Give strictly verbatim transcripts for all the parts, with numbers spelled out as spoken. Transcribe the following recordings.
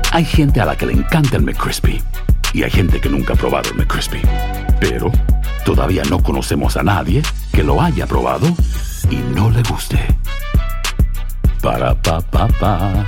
Hay gente a la que le encanta el McCrispy y hay gente que nunca ha probado el McCrispy. Pero todavía no conocemos a nadie que lo haya probado y no le guste. Para pa pa pa.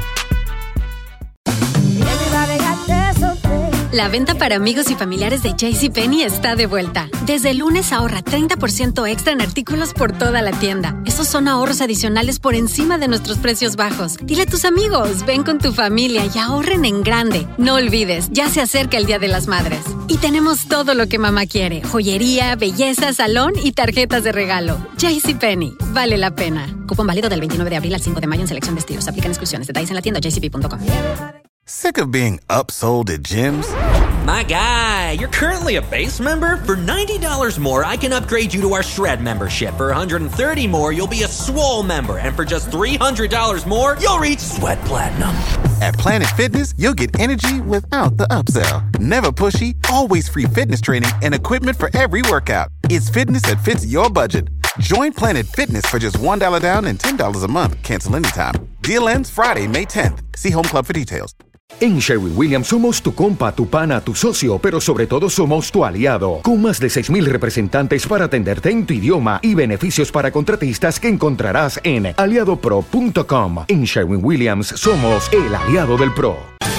La venta para amigos y familiares de JCPenney está de vuelta. Desde el lunes ahorra treinta por ciento extra en artículos por toda la tienda. Esos son ahorros adicionales por encima de nuestros precios bajos. Dile a tus amigos, ven con tu familia y ahorren en grande. No olvides, ya se acerca el Día de las Madres. Y tenemos todo lo que mamá quiere. Joyería, belleza, salón y tarjetas de regalo. JCPenney, vale la pena. Cupón válido del veintinueve de abril al cinco de mayo en selección de estilos. Aplican exclusiones. Detalles en la tienda j c p punto com. Sick of being upsold at gyms? My guy, you're currently a base member? For ninety dollars more, I can upgrade you to our Shred membership. For one hundred thirty dollars more, you'll be a Swole member. And for just three hundred dollars more, you'll reach Sweat Platinum. At Planet Fitness, you'll get energy without the upsell. Never pushy, always free fitness training and equipment for every workout. It's fitness that fits your budget. Join Planet Fitness for just one dollar down and ten dollars a month. Cancel anytime. Deal ends Friday, May tenth. See Home Club for details. En Sherwin-Williams somos tu compa, tu pana, tu socio, pero sobre todo somos tu aliado. Con más de seis mil representantes para atenderte en tu idioma y beneficios para contratistas que encontrarás en aliado pro punto com. En Sherwin-Williams somos el aliado del pro.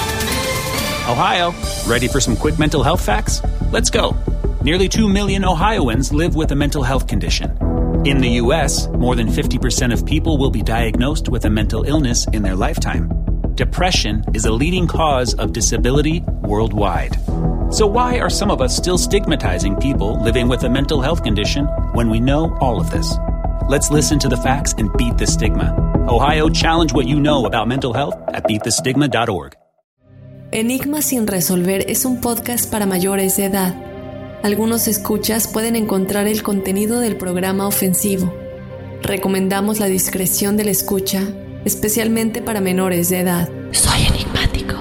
Ohio, ready for some quick mental health facts? Let's go. Nearly two million Ohioans live with a mental health condition. In the U S, more than fifty percent of people will be diagnosed with a mental illness in their lifetime. Depression is a leading cause of disability worldwide. So why are some of us still stigmatizing people living with a mental health condition when we know all of this? Let's listen to the facts and beat the stigma. Ohio, challenge what you know about mental health at beat the stigma dot org. Enigmas sin resolver es un podcast para mayores de edad. Algunos escuchas pueden encontrar el contenido del programa ofensivo. Recomendamos la discreción de la escucha, especialmente para menores de edad. Soy enigmático.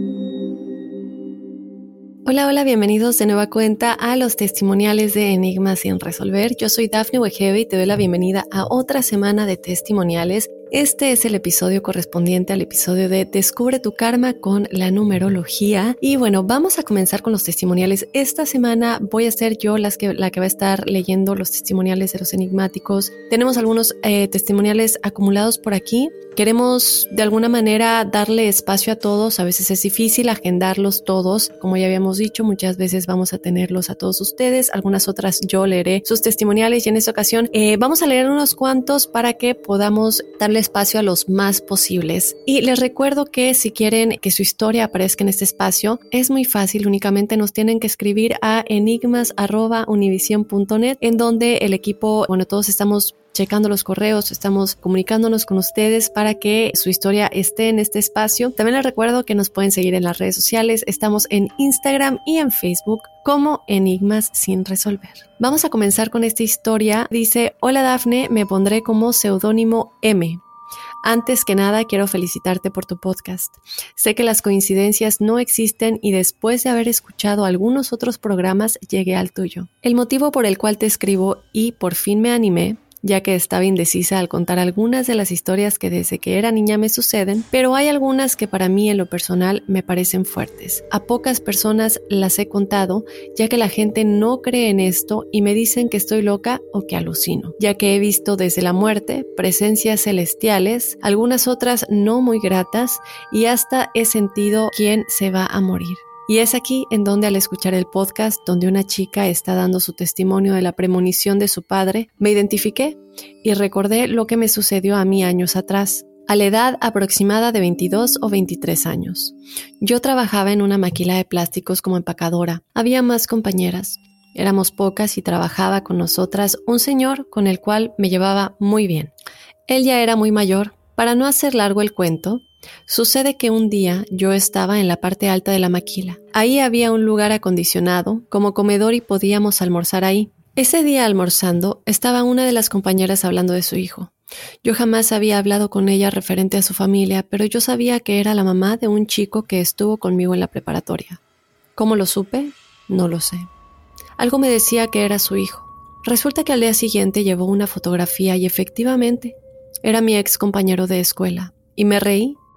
Hola, hola, bienvenidos de nueva cuenta a los testimoniales de Enigmas sin resolver. Yo soy Dafne Wegebe y te doy la bienvenida a otra semana de testimoniales. Este es el episodio correspondiente al episodio de Descubre tu Karma con la numerología. Y bueno, vamos a comenzar con los testimoniales. Esta semana voy a ser yo las que, la que va a estar leyendo los testimoniales de los enigmáticos. Tenemos algunos eh, testimoniales acumulados por aquí. Queremos de alguna manera darle espacio a todos. A veces es difícil agendarlos todos. Como ya habíamos dicho, muchas veces vamos a tenerlos a todos ustedes. Algunas otras yo leeré sus testimoniales y en esta ocasión eh, vamos a leer unos cuantos para que podamos darle espacio a los más posibles. Y les recuerdo que si quieren que su historia aparezca en este espacio, es muy fácil, únicamente nos tienen que escribir a enigmas arroba univision punto net, en donde el equipo, bueno, todos estamos checando los correos, estamos comunicándonos con ustedes para que su historia esté en este espacio. También les recuerdo que nos pueden seguir en las redes sociales, estamos en Instagram y en Facebook como Enigmas sin resolver. Vamos a comenzar con esta historia. Dice: hola Dafne, me pondré como seudónimo M. Antes que nada, quiero felicitarte por tu podcast. Sé que las coincidencias no existen y después de haber escuchado algunos otros programas, llegué al tuyo. El motivo por el cual te escribo y por fin me animé, ya que estaba indecisa al contar algunas de las historias que desde que era niña me suceden, pero hay algunas que para mí en lo personal me parecen fuertes. A pocas personas las he contado, ya que la gente no cree en esto y me dicen que estoy loca o que alucino, ya que he visto desde la muerte, presencias celestiales, algunas otras no muy gratas y hasta he sentido quién se va a morir. Y es aquí en donde al escuchar el podcast donde una chica está dando su testimonio de la premonición de su padre, me identifiqué y recordé lo que me sucedió a mí años atrás, a la edad aproximada de veintidós o veintitrés años. Yo trabajaba en una maquila de plásticos como empacadora. Había más compañeras. Éramos pocas y trabajaba con nosotras un señor con el cual me llevaba muy bien. Él ya era muy mayor. Para no hacer largo el cuento, sucede que un día yo estaba en la parte alta de la maquila. Ahí había un lugar acondicionado como comedor y podíamos almorzar ahí. Ese día almorzando estaba una de las compañeras hablando de su hijo. Yo jamás había hablado con ella referente a su familia, pero yo sabía que era la mamá de un chico que estuvo conmigo en la preparatoria. ¿Cómo lo supe? No lo sé. Algo me decía que era su hijo. Resulta que al día siguiente llevó una fotografía y efectivamente era mi ex compañero de escuela. Y me reí.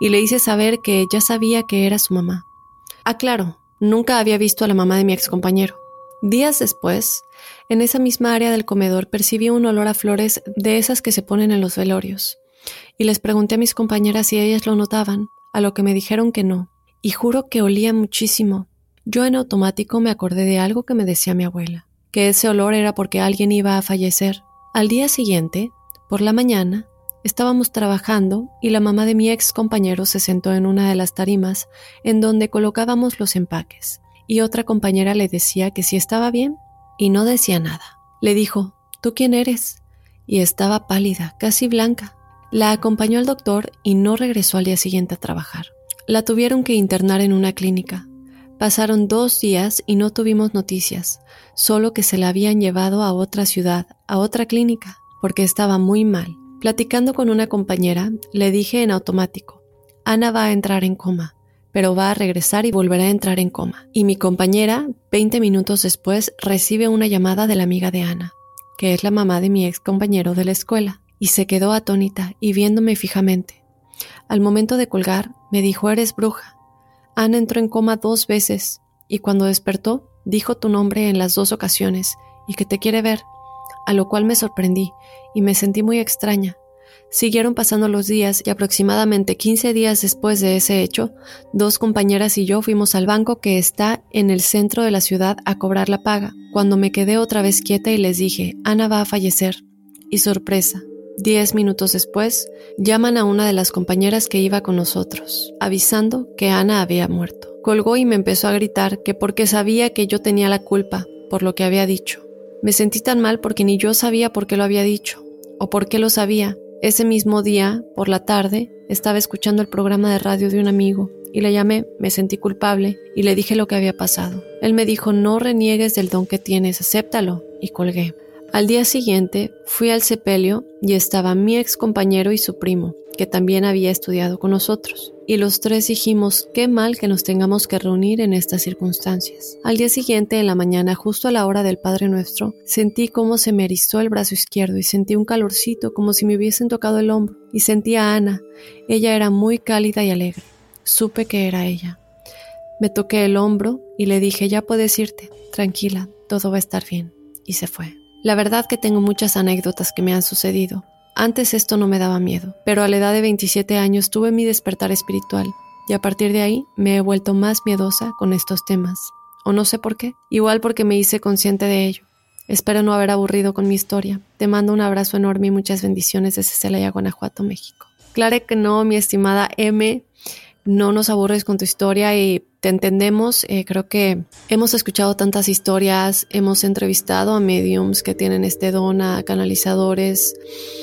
y le hice saber que ya sabía que era su mamá. Ah, claro, nunca había visto a la mamá de mi excompañero. Días después, en esa misma área del comedor percibí un olor a flores de esas que se ponen en los velorios, y les pregunté a mis compañeras si ellas lo notaban, a lo que me dijeron que no, y juro que olía muchísimo. Yo en automático me acordé de algo que me decía mi abuela, que ese olor era porque alguien iba a fallecer. Al día siguiente, por la mañana, estábamos trabajando y la mamá de mi ex compañero se sentó en una de las tarimas en donde colocábamos los empaques, y otra compañera le decía que si estaba bien y no decía nada. Le dijo, ¿tú quién eres? Y estaba pálida, casi blanca. La acompañó al doctor y no regresó al día siguiente a trabajar. La tuvieron que internar en una clínica. Pasaron dos días y no tuvimos noticias, solo que se la habían llevado a otra ciudad, a otra clínica, porque estaba muy mal. Platicando con una compañera, le dije en automático, Ana va a entrar en coma, pero va a regresar y volverá a entrar en coma. Y mi compañera, veinte minutos después, recibe una llamada de la amiga de Ana, que es la mamá de mi ex compañero de la escuela, y se quedó atónita y viéndome fijamente. Al momento de colgar, me dijo, eres bruja. Ana entró en coma dos veces y cuando despertó dijo tu nombre en las dos ocasiones y que te quiere ver, a lo cual me sorprendí y me sentí muy extraña. Siguieron pasando los días y aproximadamente quince días después de ese hecho, dos compañeras y yo fuimos al banco que está en el centro de la ciudad a cobrar la paga, cuando me quedé otra vez quieta y les dije, Ana va a fallecer. Y sorpresa, diez minutos después, llaman a una de las compañeras que iba con nosotros, avisando que Ana había muerto. Colgó y me empezó a gritar que porque sabía que yo tenía la culpa por lo que había dicho. Me sentí tan mal porque ni yo sabía por qué lo había dicho, o por qué lo sabía. Ese mismo día, por la tarde, estaba escuchando el programa de radio de un amigo y le llamé, me sentí culpable y le dije lo que había pasado. Él me dijo, no reniegues del don que tienes, acéptalo, y colgué. Al día siguiente fui al sepelio y estaba mi ex compañero y su primo, que también había estudiado con nosotros. Y los tres dijimos, qué mal que nos tengamos que reunir en estas circunstancias. Al día siguiente, en la mañana, justo a la hora del Padre Nuestro, sentí cómo se me erizó el brazo izquierdo y sentí un calorcito como si me hubiesen tocado el hombro. Y sentí a Ana. Ella era muy cálida y alegre. Supe que era ella. Me toqué el hombro y le dije, ya puedes irte, tranquila, todo va a estar bien. Y se fue. La verdad que tengo muchas anécdotas que me han sucedido. Antes esto no me daba miedo, pero a la edad de veintisiete años tuve mi despertar espiritual y a partir de ahí me he vuelto más miedosa con estos temas. O no sé por qué, igual porque me hice consciente de ello. Espero no haber aburrido con mi historia. Te mando un abrazo enorme y muchas bendiciones desde Celaya, Guanajuato, México. Claro que no, mi estimada M, no nos aburres con tu historia y te entendemos. Eh, creo que hemos escuchado tantas historias, hemos entrevistado a mediums que tienen este don, a canalizadores,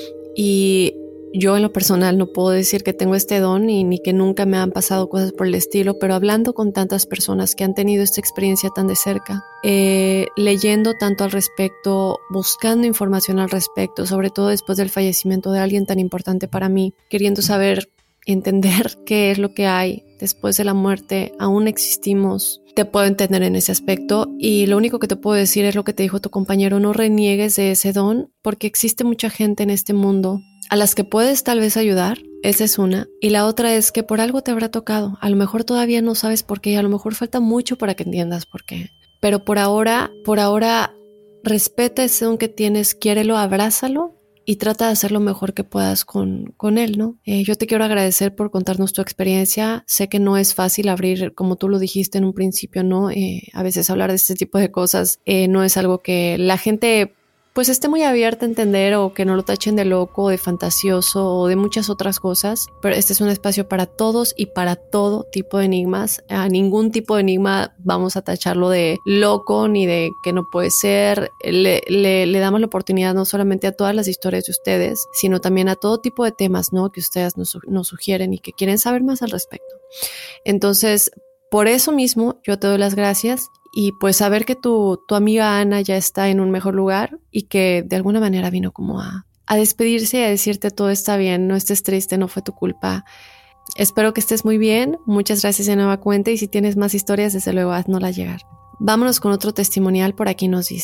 y yo en lo personal no puedo decir que tengo este don y ni que nunca me han pasado cosas por el estilo, pero hablando con tantas personas que han tenido esta experiencia tan de cerca, eh, leyendo tanto al respecto, buscando información al respecto, sobre todo después del fallecimiento de alguien tan importante para mí, queriendo saber, entender qué es lo que hay después de la muerte, aún existimos, te puedo entender en ese aspecto y lo único que te puedo decir es lo que te dijo tu compañero, no reniegues de ese don porque existe mucha gente en este mundo a las que puedes tal vez ayudar, esa es una, y la otra es que por algo te habrá tocado, a lo mejor todavía no sabes por qué y a lo mejor falta mucho para que entiendas por qué, pero por ahora, por ahora respeta ese don que tienes, quiérelo, abrázalo y trata de hacer lo mejor que puedas con, con él, ¿no? Eh, yo te quiero agradecer por contarnos tu experiencia. Sé que no es fácil abrir, como tú lo dijiste en un principio, ¿no? Eh, a veces hablar de este tipo de cosas eh, no es algo que la gente pues esté muy abierta a entender o que no lo tachen de loco, de fantasioso o de muchas otras cosas. Pero este es un espacio para todos y para todo tipo de enigmas. A ningún tipo de enigma vamos a tacharlo de loco ni de que no puede ser. Le, le, le damos la oportunidad no solamente a todas las historias de ustedes, sino también a todo tipo de temas, ¿no? Que ustedes nos, nos sugieren y que quieren saber más al respecto. Entonces, por eso mismo yo te doy las gracias. Y pues saber que tu, tu amiga Ana ya está en un mejor lugar y que de alguna manera vino como a, a despedirse y a decirte todo está bien, no estés triste, no fue tu culpa. Espero que estés muy bien. Muchas gracias de nueva cuenta y si tienes más historias, desde luego haznoslas llegar. Vámonos con otro testimonial. Por aquí nos dice: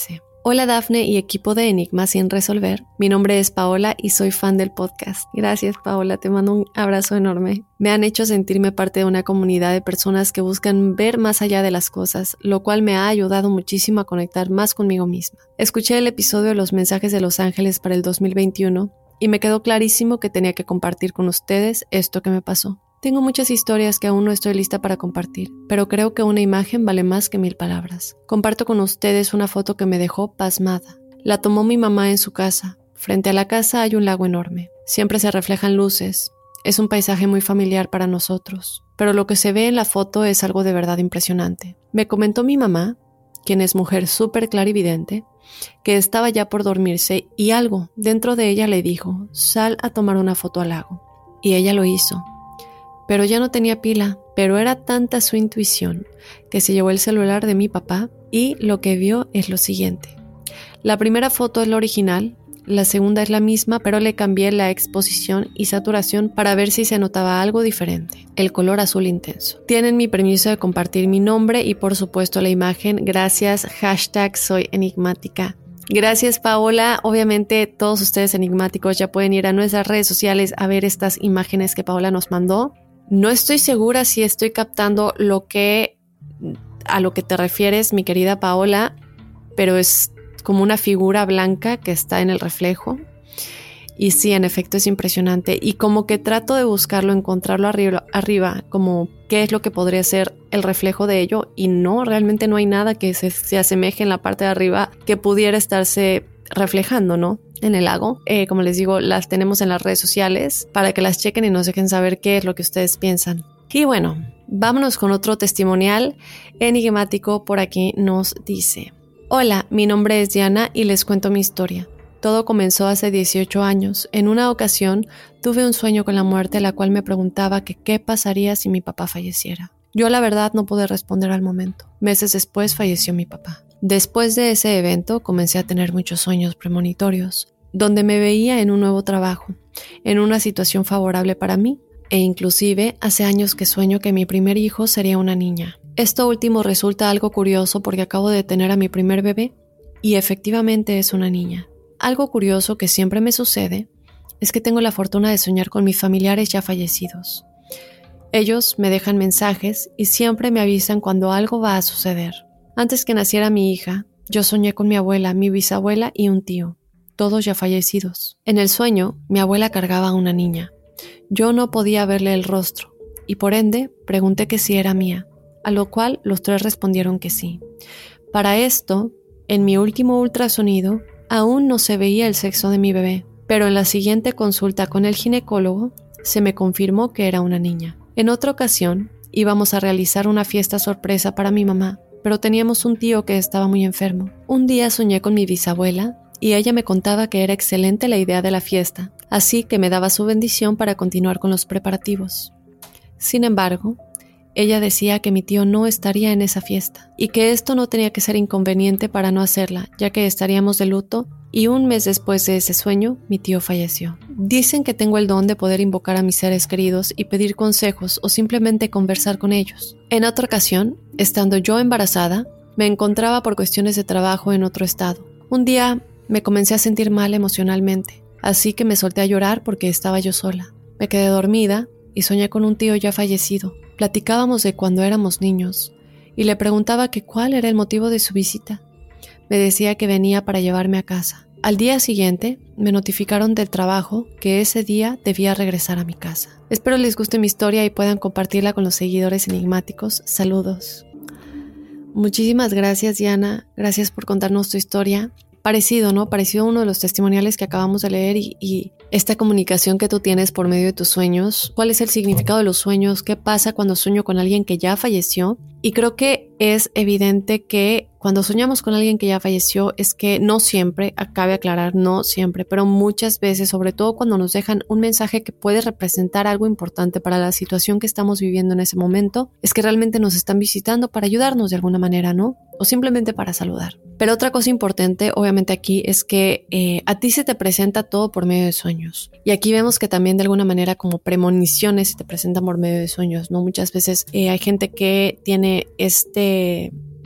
Hola Dafne y equipo de Enigmas sin resolver. Mi nombre es Paola y soy fan del podcast. Gracias Paola, te mando un abrazo enorme. Me han hecho sentirme parte de una comunidad de personas que buscan ver más allá de las cosas, lo cual me ha ayudado muchísimo a conectar más conmigo misma. Escuché el episodio de los mensajes de los ángeles para el dos mil veintiuno y me quedó clarísimo que tenía que compartir con ustedes esto que me pasó. Tengo muchas historias que aún no estoy lista para compartir, pero creo que una imagen vale más que mil palabras. Comparto con ustedes una foto que me dejó pasmada. La tomó mi mamá en su casa. Frente a la casa hay un lago enorme. Siempre se reflejan luces. Es un paisaje muy familiar para nosotros, pero lo que se ve en la foto es algo de verdad impresionante. Me comentó mi mamá, quien es mujer súper clarividente, que estaba ya por dormirse y algo dentro de ella le dijo, sal a tomar una foto al lago. Y ella lo hizo. Pero ya no tenía pila, pero era tanta su intuición que se llevó el celular de mi papá y lo que vio es lo siguiente. La primera foto es la original, la segunda es la misma, pero le cambié la exposición y saturación para ver si se notaba algo diferente, el color azul intenso. Tienen mi permiso de compartir mi nombre y por supuesto la imagen. Gracias, hashtag soy enigmática. Gracias Paola, obviamente todos ustedes enigmáticos ya pueden ir a nuestras redes sociales a ver estas imágenes que Paola nos mandó. No estoy segura si estoy captando lo que a lo que te refieres, mi querida Paola, pero es como una figura blanca que está en el reflejo. Y sí, en efecto es impresionante. Y como que trato de buscarlo, encontrarlo arriba, arriba, como qué es lo que podría ser el reflejo de ello. Y no, realmente no hay nada que se, se asemeje en la parte de arriba que pudiera estarse reflejando, ¿no? En el lago. Eh, como les digo, las tenemos en las redes sociales para que las chequen y nos dejen saber qué es lo que ustedes piensan. Y bueno, vámonos con otro testimonial enigmático. Por aquí nos dice: Hola, mi nombre es Diana y les cuento mi historia. Todo comenzó hace dieciocho años. En una ocasión tuve un sueño con la muerte, la cual me preguntaba que qué pasaría si mi papá falleciera. Yo la verdad no pude responder al momento. Meses después falleció mi papá. Después de ese evento comencé a tener muchos sueños premonitorios, donde me veía en un nuevo trabajo, en una situación favorable para mí, e inclusive hace años que sueño que mi primer hijo sería una niña. Esto último resulta algo curioso porque acabo de tener a mi primer bebé y efectivamente es una niña. Algo curioso que siempre me sucede es que tengo la fortuna de soñar con mis familiares ya fallecidos. Ellos me dejan mensajes y siempre me avisan cuando algo va a suceder. Antes que naciera mi hija, yo soñé con mi abuela, mi bisabuela y un tío, todos ya fallecidos. En el sueño, mi abuela cargaba a una niña. Yo no podía verle el rostro y por ende pregunté que si era mía, a lo cual los tres respondieron que sí. Para esto, en mi último ultrasonido, aún no se veía el sexo de mi bebé, pero en la siguiente consulta con el ginecólogo se me confirmó que era una niña. En otra ocasión, íbamos a realizar una fiesta sorpresa para mi mamá, pero teníamos un tío que estaba muy enfermo. Un día soñé con mi bisabuela y ella me contaba que era excelente la idea de la fiesta, así que me daba su bendición para continuar con los preparativos. Sin embargo, ella decía que mi tío no estaría en esa fiesta y que esto no tenía que ser inconveniente para no hacerla, ya que estaríamos de luto y un mes después de ese sueño, mi tío falleció. Dicen que tengo el don de poder invocar a mis seres queridos y pedir consejos o simplemente conversar con ellos. En otra ocasión, estando yo embarazada, me encontraba por cuestiones de trabajo en otro estado. Un día me comencé a sentir mal emocionalmente, así que me solté a llorar porque estaba yo sola. Me quedé dormida y soñé con un tío ya fallecido. Platicábamos de cuando éramos niños y le preguntaba que cuál era el motivo de su visita. Me decía que venía para llevarme a casa. Al día siguiente me notificaron del trabajo que ese día debía regresar a mi casa. Espero les guste mi historia y puedan compartirla con los seguidores enigmáticos. Saludos. Muchísimas gracias, Diana. Gracias por contarnos tu historia. Parecido, ¿no? Parecido a uno de los testimoniales que acabamos de leer y, y esta comunicación que tú tienes por medio de tus sueños. ¿Cuál es el significado de los sueños? ¿Qué pasa cuando sueño con alguien que ya falleció? Y creo que es evidente que cuando soñamos con alguien que ya falleció es que no siempre, cabe aclarar, no siempre, pero muchas veces, sobre todo cuando nos dejan un mensaje que puede representar algo importante para la situación que estamos viviendo en ese momento, es que realmente nos están visitando para ayudarnos de alguna manera, ¿no? O simplemente para saludar. Pero otra cosa importante, obviamente aquí, es que eh, a ti se te presenta todo por medio de sueños. Y aquí vemos que también de alguna manera como premoniciones se te presentan por medio de sueños, ¿no? Muchas veces eh, hay gente que tiene este...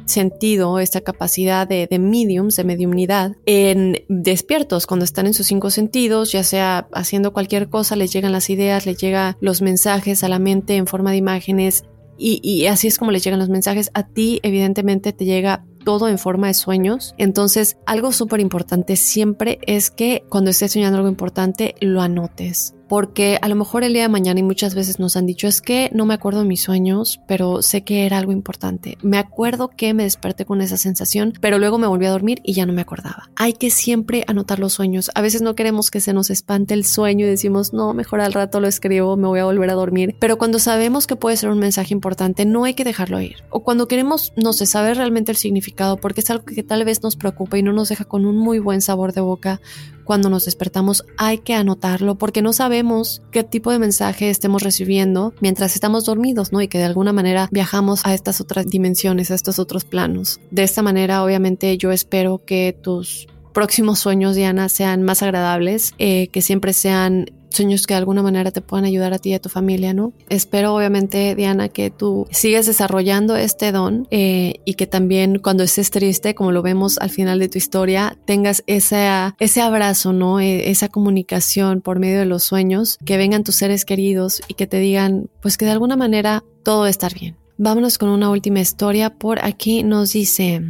sentido, esta capacidad de, de mediums, de mediumnidad, en despiertos, cuando están en sus cinco sentidos, ya sea haciendo cualquier cosa, les llegan las ideas, les llegan los mensajes a la mente en forma de imágenes y, y así es como les llegan los mensajes. A ti, evidentemente, te llega todo en forma de sueños. Entonces, algo súper importante siempre es que cuando estés soñando algo importante, lo anotes. Porque a lo mejor el día de mañana, y muchas veces nos han dicho, es que no me acuerdo de mis sueños, pero sé que era algo importante. Me acuerdo que me desperté con esa sensación, pero luego me volví a dormir y ya no me acordaba. Hay que siempre anotar los sueños. A veces no queremos que se nos espante el sueño y decimos, no, mejor al rato lo escribo, me voy a volver a dormir. Pero cuando sabemos que puede ser un mensaje importante, no hay que dejarlo ir. O cuando queremos, no sé, saber realmente el significado, porque es algo que tal vez nos preocupa y no nos deja con un muy buen sabor de boca. Cuando nos despertamos hay que anotarlo porque no sabemos qué tipo de mensaje estemos recibiendo mientras estamos dormidos, ¿no? Y que de alguna manera viajamos a estas otras dimensiones, a estos otros planos. De esta manera, obviamente, yo espero que tus próximos sueños, Diana, sean más agradables, eh, que siempre sean sueños que de alguna manera te puedan ayudar a ti y a tu familia, ¿no? Espero, obviamente, Diana, que tú sigas desarrollando este don eh, y que también cuando estés triste, como lo vemos al final de tu historia, tengas ese, ese abrazo, ¿no? Eh, esa comunicación por medio de los sueños, que vengan tus seres queridos y que te digan, pues que de alguna manera todo va a estar bien. Vámonos con una última historia. Por aquí nos dice...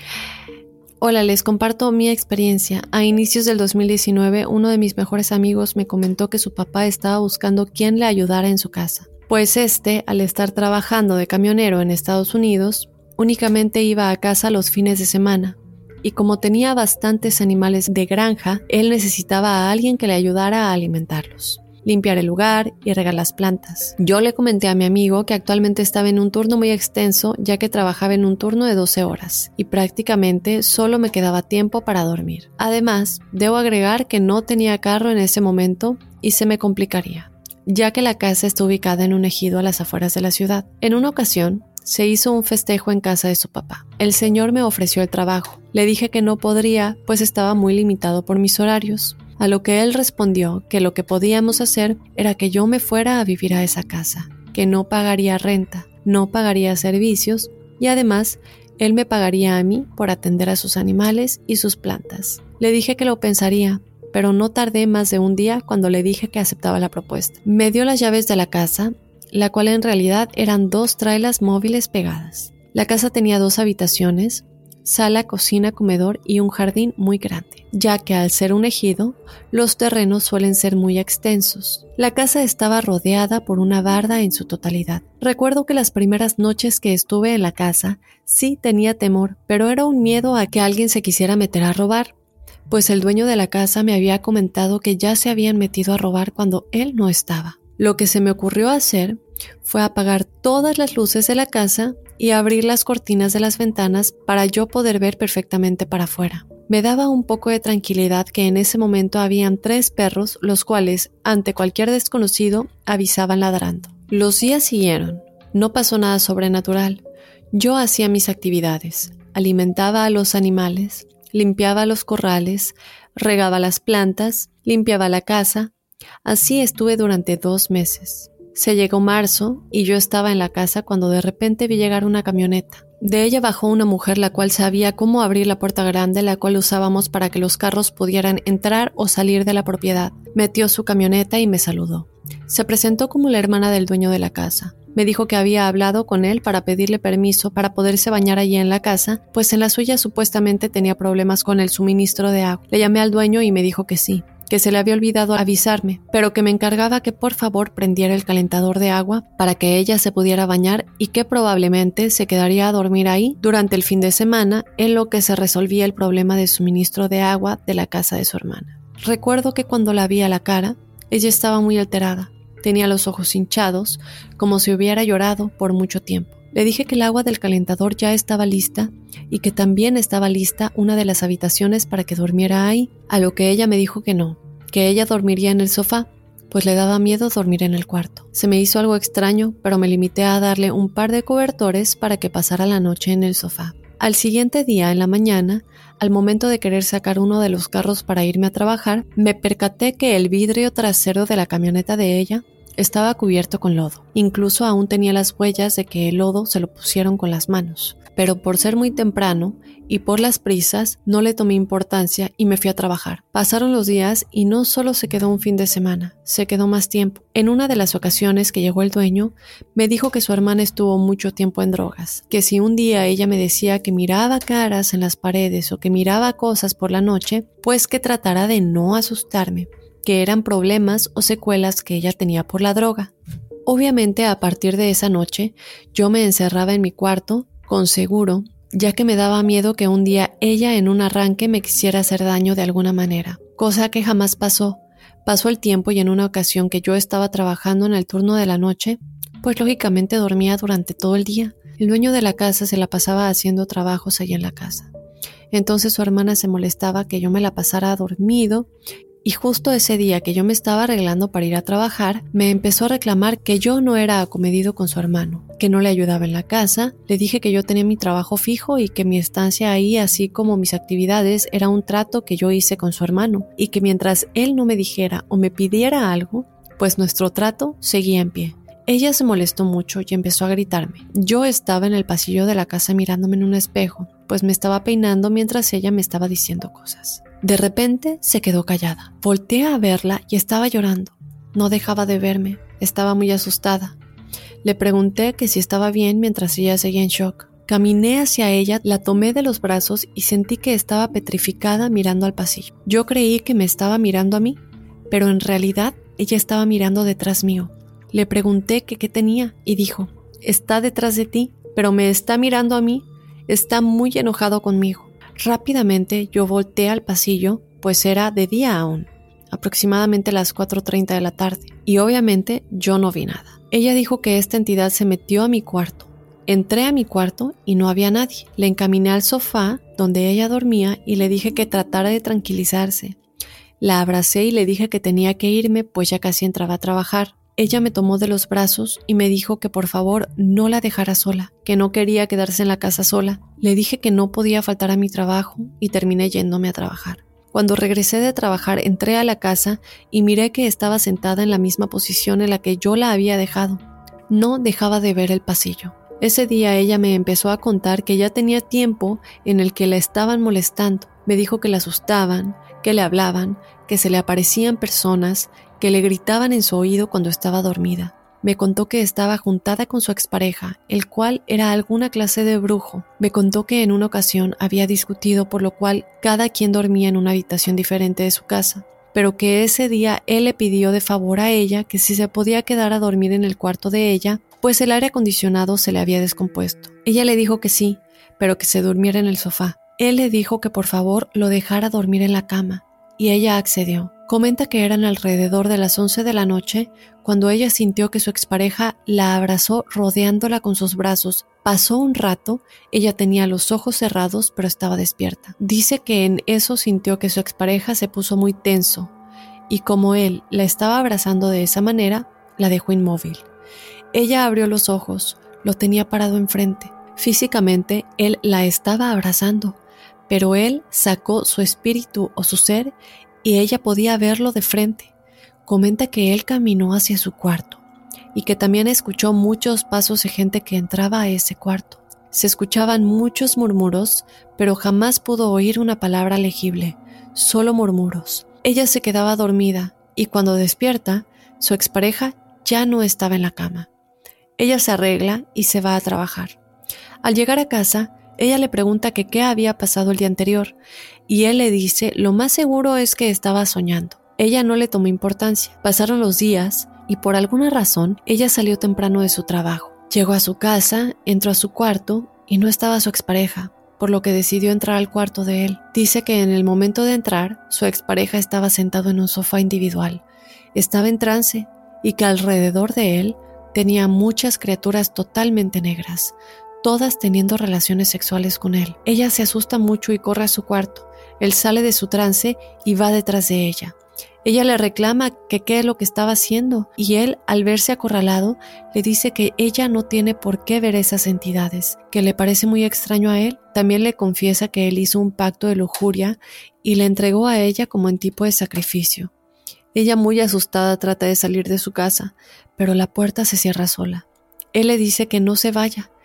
Hola, les comparto mi experiencia. A inicios del dos mil diecinueve, uno de mis mejores amigos me comentó que su papá estaba buscando quien le ayudara en su casa. Pues este, al estar trabajando de camionero en Estados Unidos, únicamente iba a casa los fines de semana. Y como tenía bastantes animales de granja, él necesitaba a alguien que le ayudara a alimentarlos, limpiar el lugar y regar las plantas. Yo le comenté a mi amigo que actualmente estaba en un turno muy extenso, ya que trabajaba en un turno de doce horas y prácticamente solo me quedaba tiempo para dormir. Además, debo agregar que no tenía carro en ese momento y se me complicaría, ya que la casa está ubicada en un ejido a las afueras de la ciudad. En una ocasión, se hizo un festejo en casa de su papá. El señor me ofreció el trabajo. Le dije que no podría, pues estaba muy limitado por mis horarios. A lo que él respondió que lo que podíamos hacer era que yo me fuera a vivir a esa casa, que no pagaría renta, no pagaría servicios y además él me pagaría a mí por atender a sus animales y sus plantas. Le dije que lo pensaría, pero no tardé más de un día cuando le dije que aceptaba la propuesta. Me dio las llaves de la casa, la cual en realidad eran dos trailas móviles pegadas. La casa tenía dos habitaciones, sala, cocina, comedor y un jardín muy grande, ya que al ser un ejido, los terrenos suelen ser muy extensos. La casa estaba rodeada por una barda en su totalidad. Recuerdo que las primeras noches que estuve en la casa, sí tenía temor, pero era un miedo a que alguien se quisiera meter a robar, pues el dueño de la casa me había comentado que ya se habían metido a robar cuando él no estaba. Lo que se me ocurrió hacer fue apagar todas las luces de la casa y abrir las cortinas de las ventanas para yo poder ver perfectamente para afuera. Me daba un poco de tranquilidad que en ese momento habían tres perros, los cuales, ante cualquier desconocido, avisaban ladrando. Los días siguieron. No pasó nada sobrenatural. Yo hacía mis actividades, alimentaba a los animales, limpiaba los corrales, regaba las plantas, limpiaba la casa. Así estuve durante dos meses. Se llegó marzo y yo estaba en la casa cuando de repente vi llegar una camioneta. De ella bajó una mujer la cual sabía cómo abrir la puerta grande, la cual usábamos para que los carros pudieran entrar o salir de la propiedad. Metió su camioneta y me saludó. Se presentó como la hermana del dueño de la casa. Me dijo que había hablado con él para pedirle permiso para poderse bañar allí en la casa, pues en la suya supuestamente tenía problemas con el suministro de agua. Le llamé al dueño y me dijo que sí, que se le había olvidado avisarme, pero que me encargaba que por favor prendiera el calentador de agua para que ella se pudiera bañar y que probablemente se quedaría a dormir ahí durante el fin de semana en lo que se resolvía el problema de suministro de agua de la casa de su hermana. Recuerdo que cuando la vi a la cara, ella estaba muy alterada, tenía los ojos hinchados, como si hubiera llorado por mucho tiempo. Le dije que el agua del calentador ya estaba lista y que también estaba lista una de las habitaciones para que durmiera ahí, a lo que ella me dijo que no, que ella dormiría en el sofá, pues le daba miedo dormir en el cuarto. Se me hizo algo extraño, pero me limité a darle un par de cobertores para que pasara la noche en el sofá. Al siguiente día, en la mañana, al momento de querer sacar uno de los carros para irme a trabajar, me percaté que el vidrio trasero de la camioneta de ella estaba cubierto con lodo. Incluso aún tenía las huellas de que el lodo se lo pusieron con las manos. pero por ser muy temprano y por las prisas no le tomé importancia y me fui a trabajar. Pasaron los días y no solo se quedó un fin de semana, se quedó más tiempo. En una de las ocasiones que llegó el dueño, me dijo que su hermana estuvo mucho tiempo en drogas, que si un día ella me decía que miraba caras en las paredes o que miraba cosas por la noche, pues que tratara de no asustarme, que eran problemas o secuelas que ella tenía por la droga. Obviamente, a partir de esa noche, yo me encerraba en mi cuarto, con seguro, ya que me daba miedo que un día ella en un arranque me quisiera hacer daño de alguna manera, cosa que jamás pasó. Pasó el tiempo y en una ocasión que yo estaba trabajando en el turno de la noche, pues lógicamente dormía durante todo el día. El dueño de la casa se la pasaba haciendo trabajos allí en la casa. Entonces su hermana se molestaba que yo me la pasara dormido. Y justo ese día que yo me estaba arreglando para ir a trabajar, me empezó a reclamar que yo no era acomedido con su hermano, que no le ayudaba en la casa. Le dije que yo tenía mi trabajo fijo y que mi estancia ahí, así como mis actividades, era un trato que yo hice con su hermano y que mientras él no me dijera o me pidiera algo, pues nuestro trato seguía en pie. Ella se molestó mucho y empezó a gritarme. Yo estaba en el pasillo de la casa mirándome en un espejo, pues me estaba peinando mientras ella me estaba diciendo cosas. De repente se quedó callada. Volteé a verla y estaba llorando. No dejaba de verme. Estaba muy asustada. Le pregunté que si estaba bien mientras ella seguía en shock. Caminé hacia ella, la tomé de los brazos y sentí que estaba petrificada mirando al pasillo. Yo creí que me estaba mirando a mí, pero en realidad ella estaba mirando detrás mío. Le pregunté que qué tenía y dijo, está detrás de ti, pero me está mirando a mí. Está muy enojado conmigo. Rápidamente yo volteé al pasillo, pues era de día aún, aproximadamente las cuatro treinta de la tarde, y obviamente yo no vi nada. Ella dijo que esta entidad se metió a mi cuarto. Entré a mi cuarto y no había nadie. Le encaminé al sofá donde ella dormía y le dije que tratara de tranquilizarse. La abracé y le dije que tenía que irme, pues ya casi entraba a trabajar. Ella me tomó de los brazos y me dijo que por favor no la dejara sola, que no quería quedarse en la casa sola. Le dije que no podía faltar a mi trabajo y terminé yéndome a trabajar. Cuando regresé de trabajar entré a la casa y miré que estaba sentada en la misma posición en la que yo la había dejado. No dejaba de ver el pasillo. Ese día ella me empezó a contar que ya tenía tiempo en el que la estaban molestando. Me dijo que la asustaban, que le hablaban, que se le aparecían personas, que le gritaban en su oído cuando estaba dormida. Me contó que estaba juntada con su expareja, el cual era alguna clase de brujo. Me contó que en una ocasión había discutido, por lo cual cada quien dormía en una habitación diferente de su casa, pero que ese día él le pidió de favor a ella que si se podía quedar a dormir en el cuarto de ella, pues el aire acondicionado se le había descompuesto. Ella le dijo que sí, pero que se durmiera en el sofá. Él le dijo que por favor lo dejara dormir en la cama, y ella accedió. Comenta que eran alrededor de las once de la noche cuando ella sintió que su expareja la abrazó rodeándola con sus brazos. Pasó un rato, ella tenía los ojos cerrados pero estaba despierta. Dice que en eso sintió que su expareja se puso muy tenso y como él la estaba abrazando de esa manera, la dejó inmóvil. Ella abrió los ojos, lo tenía parado enfrente. Físicamente él la estaba abrazando, pero él sacó su espíritu o su ser y ella podía verlo de frente. Comenta que él caminó hacia su cuarto y que también escuchó muchos pasos de gente que entraba a ese cuarto. Se escuchaban muchos murmuros, pero jamás pudo oír una palabra legible, solo murmuros. Ella se quedaba dormida y cuando despierta, su expareja ya no estaba en la cama. Ella se arregla y se va a trabajar. Al llegar a casa, ella le pregunta que qué había pasado el día anterior y él le dice lo más seguro es que estaba soñando. Ella no le tomó importancia. Pasaron los días y por alguna razón ella salió temprano de su trabajo. Llegó a su casa, entró a su cuarto y no estaba su expareja, por lo que decidió entrar al cuarto de él. Dice que en el momento de entrar, su expareja estaba sentado en un sofá individual. Estaba en trance y que alrededor de él tenía muchas criaturas totalmente negras, todas teniendo relaciones sexuales con él. Ella se asusta mucho y corre a su cuarto. Él sale de su trance y va detrás de ella. Ella le reclama que qué es lo que estaba haciendo y él, al verse acorralado, le dice que ella no tiene por qué ver esas entidades, que le parece muy extraño a él. También le confiesa que él hizo un pacto de lujuria y le entregó a ella como en tipo de sacrificio. Ella, muy asustada, trata de salir de su casa, pero la puerta se cierra sola. Él le dice que no se vaya,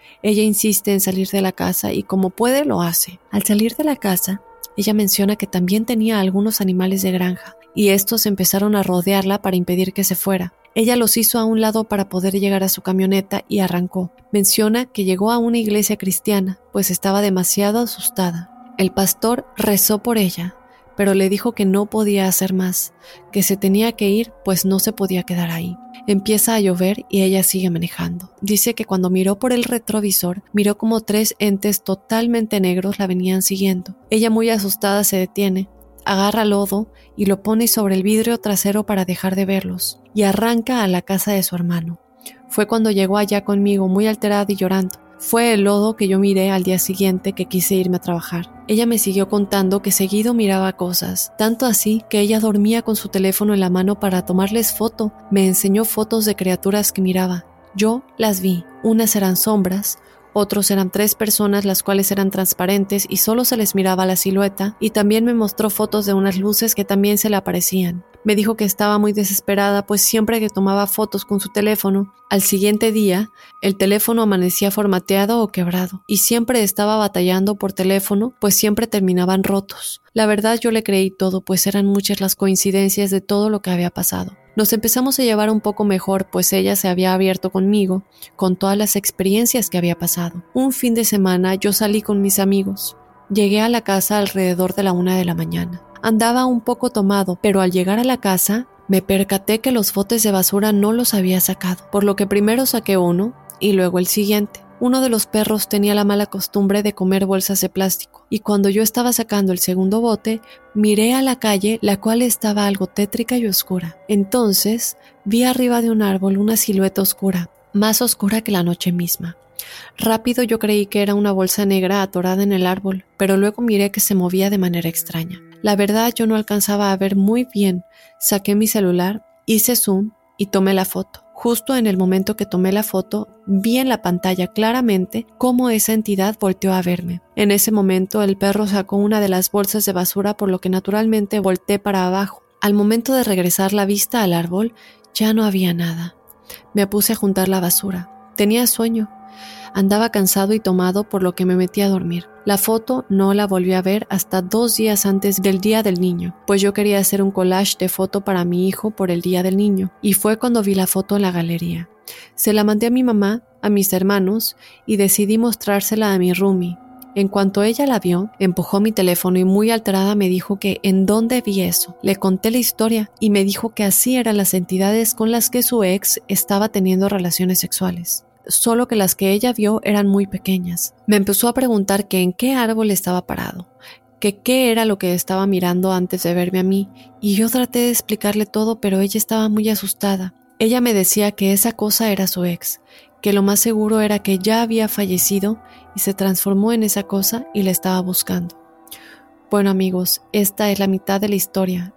Ella insiste en salir de la casa y como puede lo hace. Al salir de la casa, ella menciona que también tenía algunos animales de granja y estos empezaron a rodearla para impedir que se fuera. Ella los hizo a un lado para poder llegar a su camioneta y arrancó. Menciona que llegó a una iglesia cristiana, pues estaba demasiado asustada. El pastor rezó por ella, pero le dijo que no podía hacer más, que se tenía que ir, pues no se podía quedar ahí. Empieza a llover y ella sigue manejando. Dice que cuando miró por el retrovisor, miró como tres entes totalmente negros la venían siguiendo. Ella muy asustada se detiene, agarra lodo y lo pone sobre el vidrio trasero para dejar de verlos, y arranca a la casa de su hermano. Fue cuando llegó allá conmigo muy alterada y llorando. Fue el lodo que yo miré al día siguiente que quise irme a trabajar. Ella me siguió contando que seguido miraba cosas, tanto así que ella dormía con su teléfono en la mano para tomarles foto. Me enseñó fotos de criaturas que miraba. Yo las vi. Unas eran sombras, otros eran tres personas las cuales eran transparentes y solo se les miraba la silueta, y también me mostró fotos de unas luces que también se le aparecían. Me dijo que estaba muy desesperada, pues siempre que tomaba fotos con su teléfono, al siguiente día, el teléfono amanecía formateado o quebrado, y siempre estaba batallando por teléfono, pues siempre terminaban rotos. La verdad yo le creí todo, pues eran muchas las coincidencias de todo lo que había pasado. Nos empezamos a llevar un poco mejor, pues ella se había abierto conmigo, con todas las experiencias que había pasado. Un fin de semana yo salí con mis amigos. Llegué a la casa alrededor de la una de la mañana. Andaba un poco tomado, pero al llegar a la casa me percaté que los botes de basura no los había sacado, por lo que primero saqué uno y luego el siguiente. Uno de los perros tenía la mala costumbre de comer bolsas de plástico, y cuando yo estaba sacando el segundo bote, miré a la calle, la cual estaba algo tétrica y oscura. Entonces vi arriba de un árbol una silueta oscura, más oscura que la noche misma. Rápido yo creí que era una bolsa negra atorada en el árbol, pero luego miré que se movía de manera extraña. La verdad yo no alcanzaba a ver muy bien. Saqué mi celular, hice zoom y tomé la foto. Justo en el momento que tomé la foto, vi en la pantalla claramente cómo esa entidad volteó a verme. En ese momento el perro sacó una de las bolsas de basura, por lo que naturalmente volteé para abajo. Al momento de regresar la vista al árbol, ya no había nada. Me puse a juntar la basura. Tenía sueño. Andaba cansado y tomado, por lo que me metí a dormir. La foto no la volví a ver hasta dos días antes del Día del Niño, pues yo quería hacer un collage de foto para mi hijo por el Día del Niño, y fue cuando vi la foto en la galería. Se la mandé a mi mamá, a mis hermanos, y decidí mostrársela a mi roomie. En cuanto ella la vio, empujó mi teléfono y muy alterada me dijo que ¿en dónde vi eso? Le conté la historia y me dijo que así eran las entidades con las que su ex estaba teniendo relaciones sexuales, solo que las que ella vio eran muy pequeñas. Me empezó a preguntar que en qué árbol estaba parado, que qué era lo que estaba mirando antes de verme a mí, y yo traté de explicarle todo, pero ella estaba muy asustada. Ella me decía que esa cosa era su ex, que lo más seguro era que ya había fallecido y se transformó en esa cosa y la estaba buscando. Bueno amigos, esta es la mitad de la historia.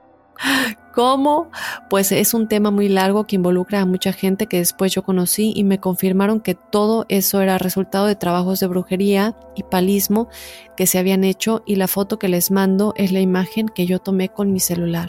¿Cómo? Pues es un tema muy largo que involucra a mucha gente que después yo conocí y me confirmaron que todo eso era resultado de trabajos de brujería y palismo que se habían hecho, y la foto que les mando es la imagen que yo tomé con mi celular.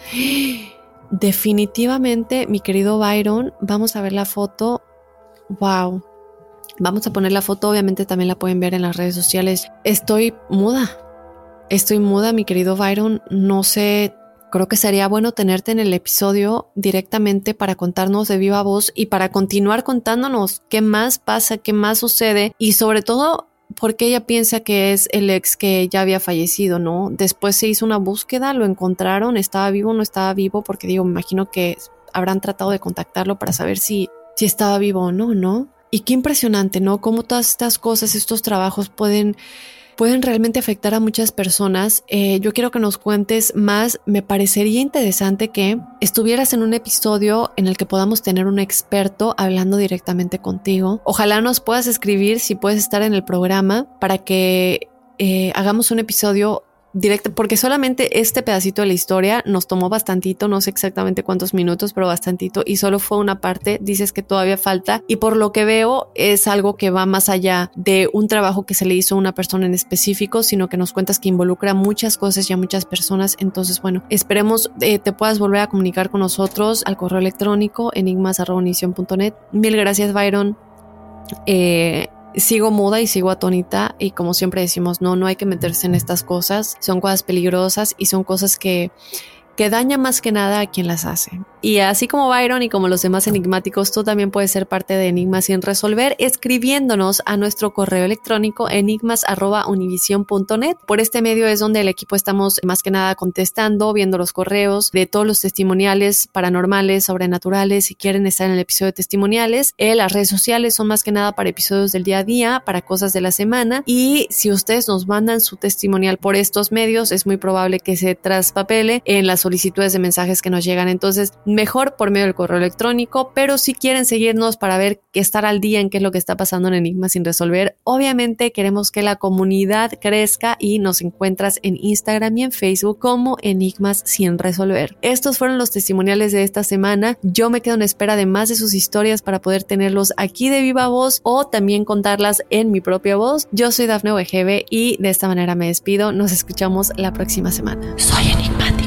Definitivamente, mi querido Byron, vamos a ver la foto. Wow. Vamos a poner la foto, obviamente también la pueden ver en las redes sociales. Estoy muda. Estoy muda, mi querido Byron. No sé... Creo que sería bueno tenerte en el episodio directamente para contarnos de viva voz y para continuar contándonos qué más pasa, qué más sucede, y sobre todo por qué ella piensa que es el ex que ya había fallecido, ¿no? Después se hizo una búsqueda, lo encontraron, estaba vivo o no estaba vivo, porque digo, me imagino que habrán tratado de contactarlo para saber si, si estaba vivo o no, ¿no? Y qué impresionante, ¿no? Cómo todas estas cosas, estos trabajos pueden... pueden realmente afectar a muchas personas. Eh, yo quiero que nos cuentes más. Me parecería interesante que estuvieras en un episodio en el que podamos tener un experto hablando directamente contigo. Ojalá nos puedas escribir si puedes estar en el programa para que eh, hagamos un episodio directo, porque solamente este pedacito de la historia nos tomó bastantito, no sé exactamente cuántos minutos, pero bastantito, y solo fue una parte. Dices que todavía falta, y por lo que veo es algo que va más allá de un trabajo que se le hizo a una persona en específico, sino que nos cuentas que involucra muchas cosas y a muchas personas. Entonces, bueno, esperemos eh, te puedas volver a comunicar con nosotros al correo electrónico enigmas arroba univision punto net. Mil gracias, Byron. Eh... sigo muda y sigo atónita y como siempre decimos, no, no hay que meterse en estas cosas, son cosas peligrosas y son cosas que, que dañan más que nada a quien las hace. Y así como Byron y como los demás enigmáticos, tú también puedes ser parte de Enigmas sin resolver escribiéndonos a nuestro correo electrónico enigmas arroba univision punto net. Por este medio es donde el equipo estamos más que nada contestando, viendo los correos de todos los testimoniales paranormales, sobrenaturales, si quieren estar en el episodio de testimoniales. Eh, las redes sociales son más que nada para episodios del día a día, para cosas de la semana. Y si ustedes nos mandan su testimonial por estos medios, es muy probable que se traspapele en las solicitudes de mensajes que nos llegan. Entonces, mejor por medio del correo electrónico, pero si quieren seguirnos para ver, estar al día en qué es lo que está pasando en Enigmas sin resolver, obviamente queremos que la comunidad crezca y nos encuentras en Instagram y en Facebook como Enigmas sin resolver. Estos fueron los testimoniales de esta semana. Yo me quedo en espera de más de sus historias para poder tenerlos aquí de viva voz o también contarlas en mi propia voz. Yo soy Dafne Wegebe y de esta manera me despido. Nos escuchamos la próxima semana. Soy enigmático.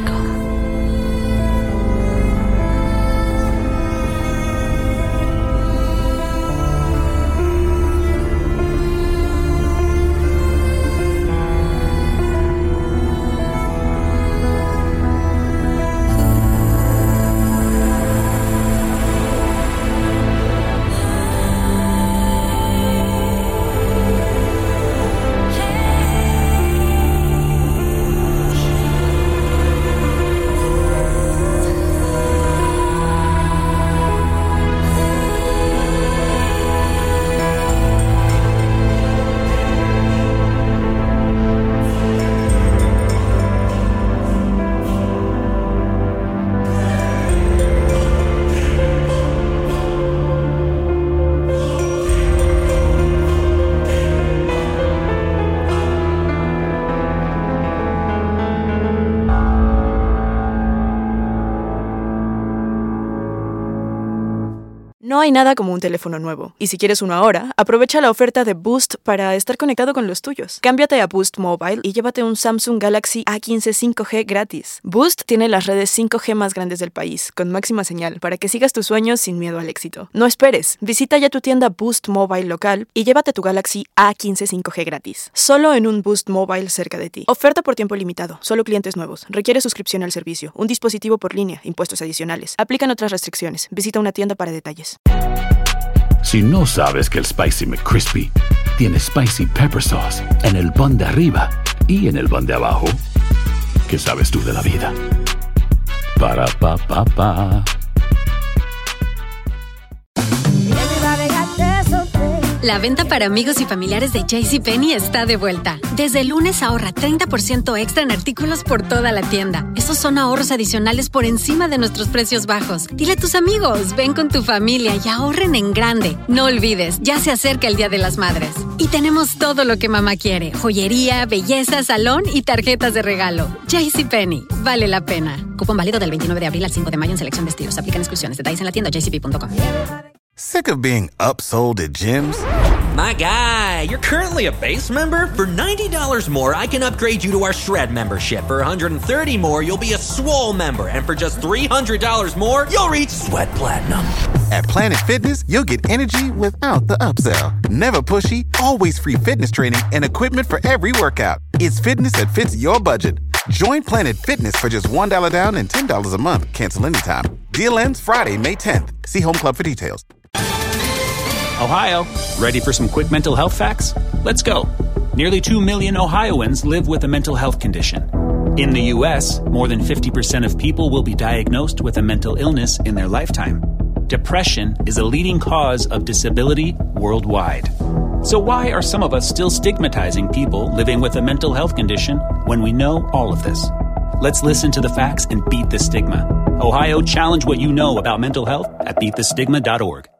No hay nada como un teléfono nuevo, y si quieres uno ahora, aprovecha la oferta de Boost para estar conectado con los tuyos. Cámbiate a Boost Mobile y llévate un Samsung Galaxy A quince cinco G gratis. Boost tiene las redes cinco G más grandes del país, con máxima señal, para que sigas tus sueños sin miedo al éxito. No esperes, visita ya tu tienda Boost Mobile local y llévate tu Galaxy A quince cinco G gratis. Solo en un Boost Mobile cerca de ti. Oferta por tiempo limitado, solo clientes nuevos. Requiere suscripción al servicio, un dispositivo por línea, impuestos adicionales. Aplican otras restricciones. Visita una tienda para detalles. Si no sabes que el Spicy McCrispy tiene Spicy Pepper Sauce en el pan de arriba y en el pan de abajo, ¿qué sabes tú de la vida? Para, pa, pa, pa. La venta para amigos y familiares de JCPenney está de vuelta. Desde el lunes ahorra treinta por ciento extra en artículos por toda la tienda. Esos son ahorros adicionales por encima de nuestros precios bajos. Dile a tus amigos, ven con tu familia y ahorren en grande. No olvides, ya se acerca el Día de las Madres. Y tenemos todo lo que mamá quiere. Joyería, belleza, salón y tarjetas de regalo. JCPenney, vale la pena. Cupón válido del veintinueve de abril al cinco de mayo en selección de estilos. Aplican exclusiones. Detalles en la tienda j c p punto com. Sick of being upsold at gyms? My guy, you're currently a base member? For ninety dollars more, I can upgrade you to our Shred membership. For one hundred thirty dollars more, you'll be a Swole member. And for just three hundred dollars more, you'll reach Sweat Platinum. At Planet Fitness, you'll get energy without the upsell. Never pushy, always free fitness training and equipment for every workout. It's fitness that fits your budget. Join Planet Fitness for just one dollar down and ten dollars a month. Cancel anytime. Deal ends Friday, May tenth. See Home Club for details. Ohio, ready for some quick mental health facts? Let's go. Nearly two million Ohioans live with a mental health condition. In the U S, more than fifty percent of people will be diagnosed with a mental illness in their lifetime. Depression is a leading cause of disability worldwide. So why are some of us still stigmatizing people living with a mental health condition when we know all of this? Let's listen to the facts and beat the stigma. Ohio, challenge what you know about mental health at beat the stigma dot org.